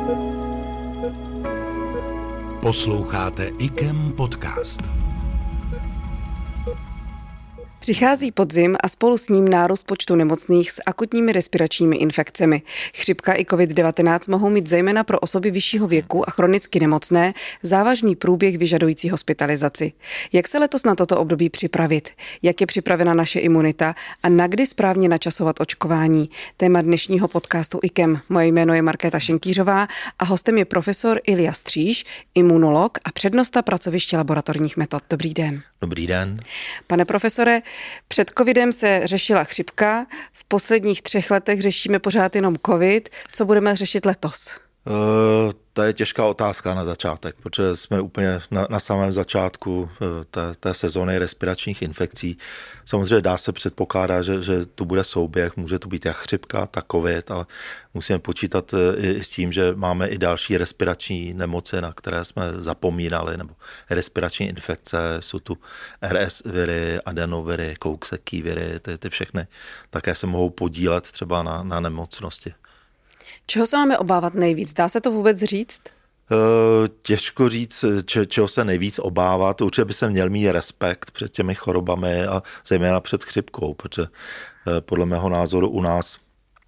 Posloucháte IKEM podcast. Přichází podzim a spolu s ním nárůst počtu nemocných s akutními respiračními infekcemi. Chřipka i COVID-19 mohou mít zejména pro osoby vyššího věku a chronicky nemocné závažný průběh vyžadující hospitalizaci. Jak se letos na toto období připravit? Jak je připravena naše imunita a na kdy správně načasovat očkování? Téma dnešního podcastu IKEM. Moje jméno je Markéta Šenkýřová a hostem je profesor Ilja Stříž, imunolog a přednosta pracoviště laboratorních metod. Dobrý den. Dobrý den. Pane profesore, před covidem se řešila chřipka, v posledních 3 letech řešíme pořád jenom covid. Co budeme řešit letos? To je těžká otázka na začátek, protože jsme úplně na samém začátku té sezóny respiračních infekcí. Samozřejmě dá se předpokládat, že tu bude souběh, může tu být jak chřipka, tak covid, ale musíme počítat i s tím, že máme i další respirační nemoci, na které jsme zapomínali, nebo respirační infekce, jsou tu RS viry, adenoviry, coxsackie viry, ty všechny také se mohou podílet třeba na nemocnosti. Čeho se máme obávat nejvíc? Dá se to vůbec říct? Těžko říct, čeho se nejvíc obávat. Určitě by se měl mít respekt před těmi chorobami a zejména před chřipkou, protože podle mého názoru u nás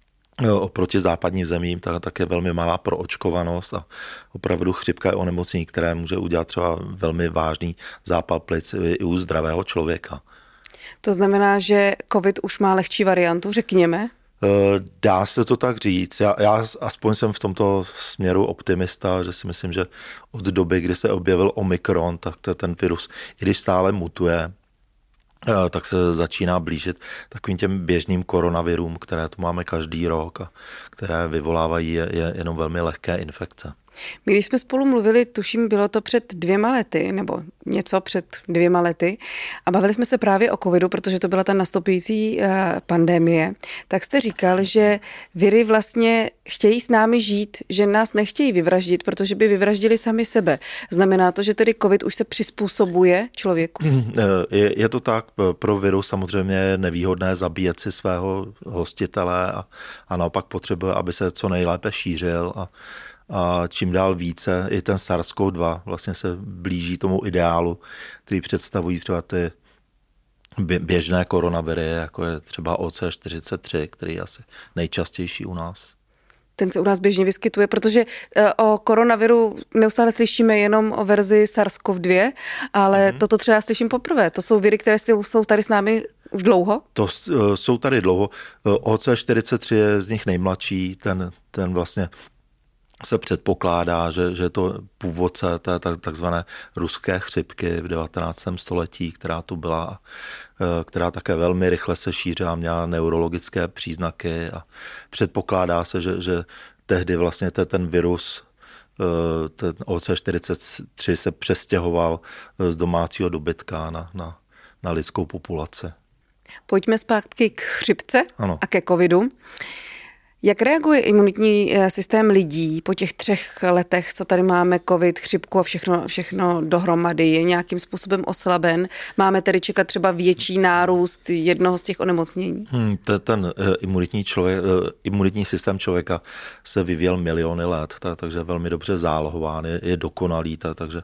oproti západním zemím tak je velmi malá proočkovanost a opravdu chřipka je onemocnění, které může udělat třeba velmi vážný zápal plic i u zdravého člověka. To znamená, že covid už má lehčí variantu, řekněme? Dá se to tak říct. Já aspoň jsem v tomto směru optimista, že si myslím, že od doby, kdy se objevil Omikron, tak ten virus, i když stále mutuje, tak se začíná blížit takovým těm běžným koronavirům, které tu máme každý rok a které vyvolávají jenom velmi lehké infekce. My když jsme spolu mluvili, tuším, bylo to před 2 lety, nebo něco před 2 lety, a bavili jsme se právě o covidu, protože to byla ta nastupující pandemie, tak jste říkal, že viry vlastně chtějí s námi žít, že nás nechtějí vyvraždit, protože by vyvraždili sami sebe. Znamená to, že tedy covid už se přizpůsobuje člověku? Je to tak, pro virus samozřejmě je nevýhodné zabíjet si svého hostitele a naopak potřebuje, aby se co nejlépe šířil a čím dál více i ten SARS-CoV-2 vlastně se blíží tomu ideálu, který představují třeba ty běžné koronaviry, jako je třeba OC43, který je asi nejčastější u nás. Ten se u nás běžně vyskytuje, protože o koronaviru neustále slyšíme jenom o verzi SARS-CoV-2, ale toto třeba slyším poprvé. To jsou viry, které jsou tady s námi už dlouho? To jsou tady dlouho. OC43 je z nich nejmladší, ten vlastně se předpokládá, že to původce té takzvané ruské chřipky v 19. století, která tu byla, která také velmi rychle se šířila, měla neurologické příznaky a předpokládá se, že tehdy vlastně ten virus, ten OC43 se přestěhoval z domácího dobytka na lidskou populaci. Pojďme zpátky k chřipce ano. A ke covidu. Jak reaguje imunitní systém lidí po těch 3 letech, co tady máme covid, chřipku a všechno dohromady? Je nějakým způsobem oslaben? Máme tedy čekat třeba větší nárůst jednoho z těch onemocnění? Ten imunitní systém člověka se vyvíjel miliony let, takže je velmi dobře zálohován, je dokonalý, takže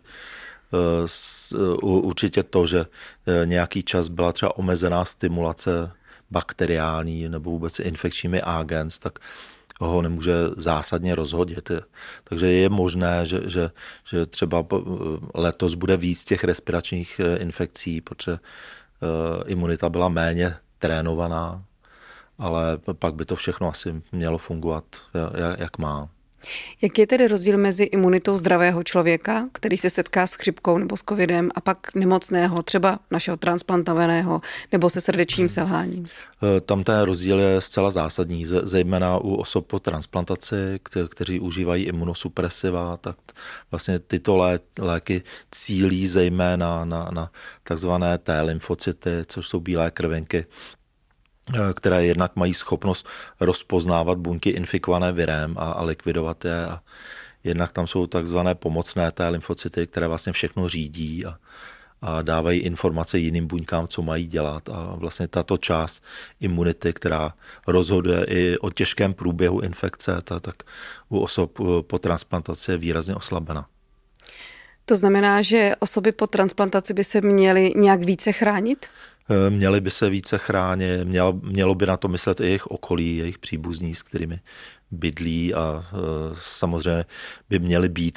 určitě to, že nějaký čas byla třeba omezená stimulace bakteriální nebo vůbec infekčními agens, tak ho nemůže zásadně rozhodit. Takže je možné, že třeba letos bude víc těch respiračních infekcí, protože imunita byla méně trénovaná, ale pak by to všechno asi mělo fungovat, jak má. Jaký je tedy rozdíl mezi imunitou zdravého člověka, který se setká s chřipkou nebo s covidem, a pak nemocného, třeba našeho transplantovaného nebo se srdečním selháním? Tam ten rozdíl je zcela zásadní, zejména u osob po transplantaci, kteří užívají imunosupresiva, tak vlastně tyto léky cílí zejména na takzvané T-lymfocyty, což jsou bílé krvinky, které jednak mají schopnost rozpoznávat buňky infikované virem a likvidovat je. A jednak tam jsou takzvané pomocné T lymfocyty, které vlastně všechno řídí a dávají informace jiným buňkám, co mají dělat. A vlastně tato část imunity, která rozhoduje i o těžkém průběhu infekce, tak u osob po transplantaci je výrazně oslabena. To znamená, že osoby po transplantaci by se měly nějak více chránit? Měly by se více chránit, mělo by na to myslet i jejich okolí, jejich příbuzní, s kterými bydlí a samozřejmě by měly být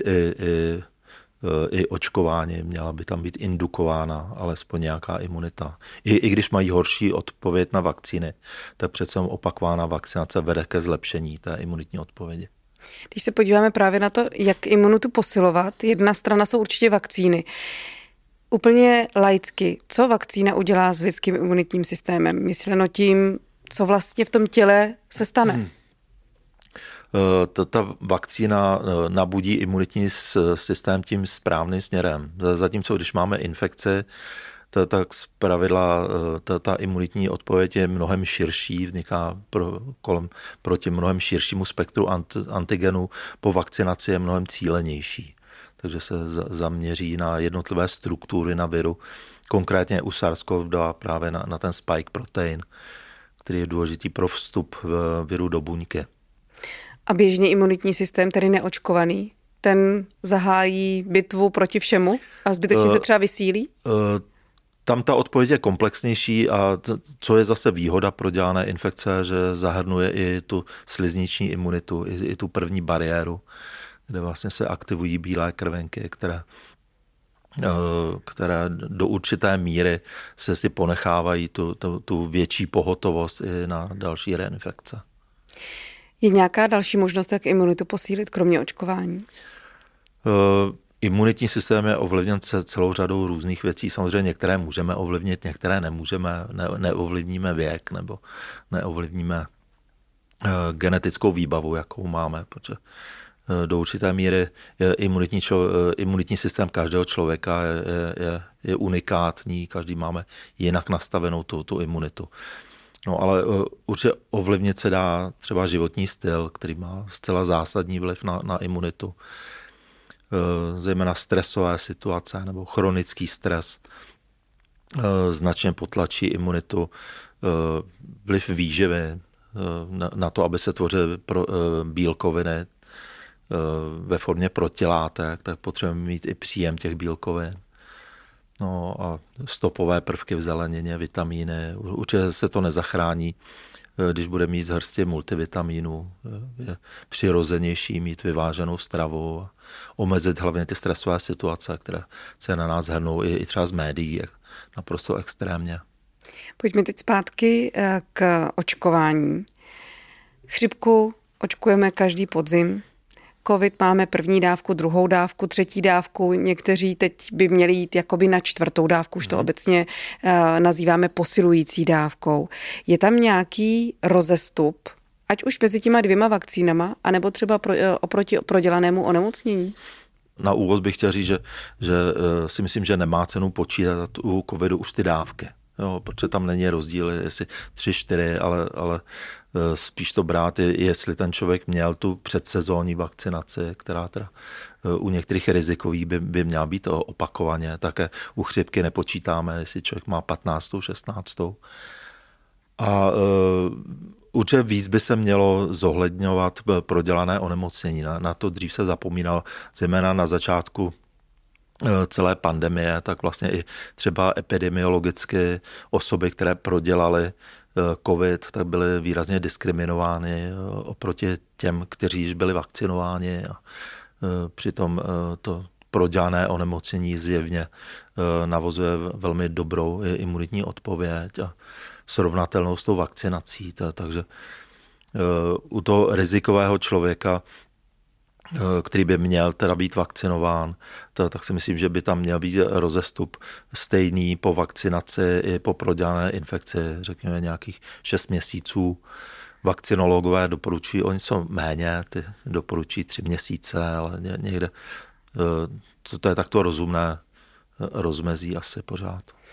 i očkováni, měla by tam být indukována alespoň nějaká imunita. I když mají horší odpověď na vakcíny, tak přece opakovaná vakcinace vede ke zlepšení té imunitní odpovědi. Když se podíváme právě na to, jak imunitu posilovat, jedna strana jsou určitě vakcíny. Úplně laicky, co vakcína udělá s lidským imunitním systémem? Mysleno tím, co vlastně v tom těle se stane? Ta vakcína nabudí imunitní systém tím správným směrem. Zatímco když máme infekce, tak zpravidla ta imunitní odpověď je mnohem širší, vzniká proti mnohem širšímu spektru antigenů, po vakcinaci je mnohem cílenější. Takže se zaměří na jednotlivé struktury na viru, konkrétně u SARS-CoV-2 právě na ten spike protein, který je důležitý pro vstup viru do buňky. A běžně imunitní systém, tedy neočkovaný, ten zahájí bitvu proti všemu a zbytečně se třeba vysílí? Tam ta odpověď je komplexnější a co je zase výhoda prodělané infekce, že zahrnuje i tu slizniční imunitu, i tu první bariéru, kde vlastně se aktivují bílé krvenky, které do určité míry se si ponechávají tu větší pohotovost i na další reinfekce. Je nějaká další možnost, jak imunitu posílit, kromě očkování? Imunitní systém je ovlivněn celou řadou různých věcí. Samozřejmě některé můžeme ovlivnit, některé nemůžeme. Neovlivníme věk nebo neovlivníme genetickou výbavu, jakou máme, protože do určité míry imunitní systém každého člověka je unikátní, každý máme jinak nastavenou tu imunitu. No ale určitě ovlivnit se dá třeba životní styl, který má zcela zásadní vliv na imunitu. Zejména stresové situace nebo chronický stres značně potlačí imunitu. Vliv výživy na to, aby se tvořily bílkoviny ve formě protilátek, tak potřebujeme mít i příjem těch bílkovin. No a stopové prvky v zelenině, vitamíny. Určitě se to nezachrání, když bude mít z hrstě multivitamínů. Je přirozenější mít vyváženou stravu a omezit hlavně ty stresové situace, které se na nás hrnou i třeba z médií naprosto extrémně. Pojďme teď zpátky k očkování. Chřipku očkujeme každý podzim. COVID máme první dávku, druhou dávku, třetí dávku. Někteří teď by měli jít jakoby na čtvrtou dávku, už to obecně nazýváme posilující dávkou. Je tam nějaký rozestup, ať už mezi těma dvěma vakcínama, anebo třeba oproti prodělanému onemocnění? Na úvod bych chtěl říct, že si myslím, že nemá cenu počítat u covidu už ty dávky. Jo, protože tam není rozdíl, jestli 3-4, ale spíš to brát, jestli ten člověk měl tu předsezónní vakcinaci, která teda u některých rizikových by měla být opakovaně. Také u chřipky nepočítáme, jestli člověk má 15., 16. A určitě víc by se mělo zohledňovat prodělané onemocnění. Na to dřív se zapomínal, zejména na začátku celé pandemie, tak vlastně i třeba epidemiologicky osoby, které prodělaly covid, tak byly výrazně diskriminovány oproti těm, kteří již byli vakcinováni a přitom to prodělané onemocnění zjevně navozuje velmi dobrou imunitní odpověď a srovnatelnou s tou vakcinací. Takže u toho rizikového člověka, který by měl teda být vakcinován, tak si myslím, že by tam měl být rozestup stejný po vakcinaci i po prodělané infekci, řekněme nějakých 6 měsíců. Vakcinologové doporučují o něco méně, ty doporučují 3 měsíce, ale někde to je takto rozumné rozmezí asi pořád.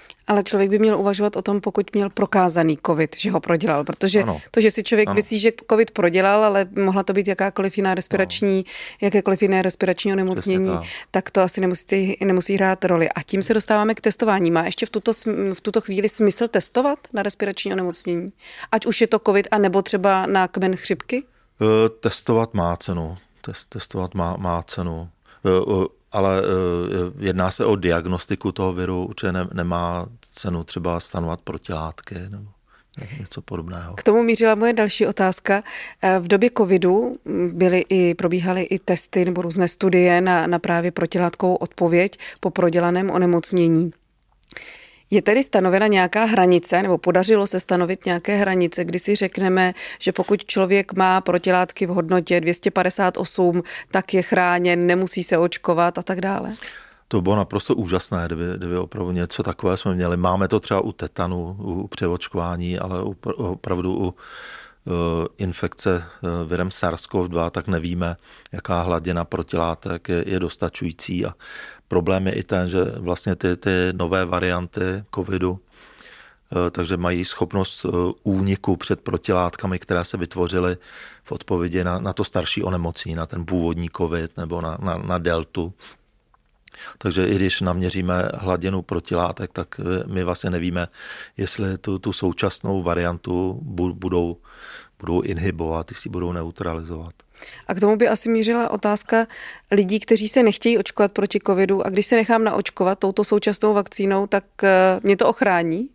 Ale člověk by měl uvažovat o tom, pokud měl prokázaný covid, že ho prodělal, protože ano. To, že si člověk myslí, že covid prodělal, ale mohla to být jakékoliv jiné respirační onemocnění, tak to asi nemusí hrát roli. A tím se dostáváme k testování. Má ještě v tuto chvíli smysl testovat na respirační onemocnění? Ať už je to covid, anebo třeba na kmen chřipky? Testovat má cenu. Testovat má cenu. Ale jedná se o diagnostiku toho viru, určitě nemá cenu třeba stanovat protilátky nebo něco podobného. K tomu mířila moje další otázka. V době covidu probíhaly i testy nebo různé studie na právě protilátkovou odpověď po prodělaném onemocnění. Je tedy stanovena nějaká hranice, nebo podařilo se stanovit nějaké hranice, kdy si řekneme, že pokud člověk má protilátky v hodnotě 258, tak je chráněn, nemusí se očkovat a tak dále? To bylo naprosto úžasné, kdyby opravdu něco takového jsme měli. Máme to třeba u tetanu, u přeočkování, ale opravdu u infekce virem SARS-CoV-2, tak nevíme, jaká hladina protilátek je dostačující. A problém je i ten, že vlastně ty nové varianty covidu, takže mají schopnost úniku před protilátkami, které se vytvořily v odpovědi na to starší onemocnění, na ten původní covid nebo na deltu. Takže i když naměříme hladinu protilátek, tak my vlastně nevíme, jestli tu současnou variantu budou inhibovat, jestli budou neutralizovat. A k tomu by asi mířila otázka lidí, kteří se nechtějí očkovat proti covidu a když se nechám naočkovat touto současnou vakcínou, tak mě to ochrání?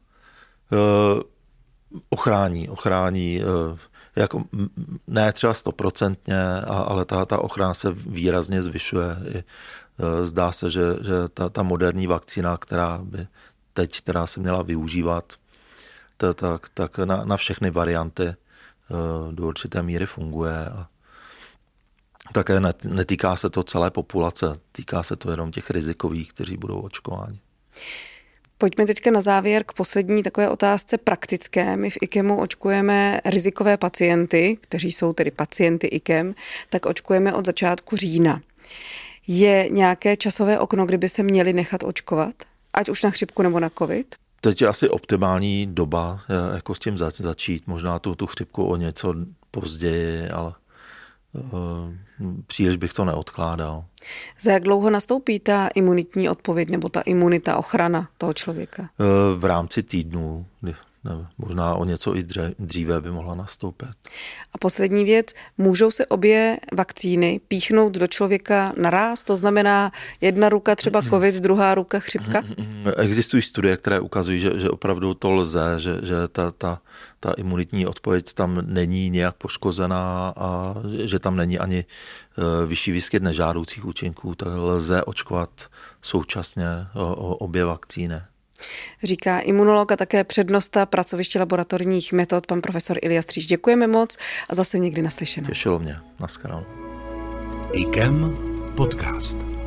Ochrání. Jako ne třeba 100%, ale ta ochrana se výrazně zvyšuje. Zdá se, že ta moderní vakcína, která se měla využívat, tak na všechny varianty do určité míry funguje. A také netýká se to celé populace, týká se to jenom těch rizikových, kteří budou očkováni. Pojďme teďka na závěr k poslední takové otázce praktické. My v IKEMu očkujeme rizikové pacienty, kteří jsou tedy pacienty IKEM, tak očkujeme od začátku října. Je nějaké časové okno, kdyby se měli nechat očkovat? Ať už na chřipku nebo na covid? Teď je asi optimální doba, jako s tím začít. Možná tu chřipku o něco později, ale příliš bych to neodkládal. Za jak dlouho nastoupí ta imunitní odpověď nebo ta imunita, ochrana toho člověka? V rámci týdnů, možná o něco i dříve by mohla nastoupit. A poslední věc, můžou se obě vakcíny píchnout do člověka naráz? To znamená jedna ruka třeba covid, druhá ruka chřipka? Existují studie, které ukazují, že opravdu to lze, že ta imunitní odpověď tam není nějak poškozená a že tam není ani vyšší výskyt nežádoucích účinků, tak lze očkovat současně obě vakcíny. Říká imunolog a také přednosta pracoviště laboratorních metod pan profesor Ilja Stříž. Děkujeme moc a zase někdy naslyšenou. Těšilo mě. Naschledanou. IKEM podcast.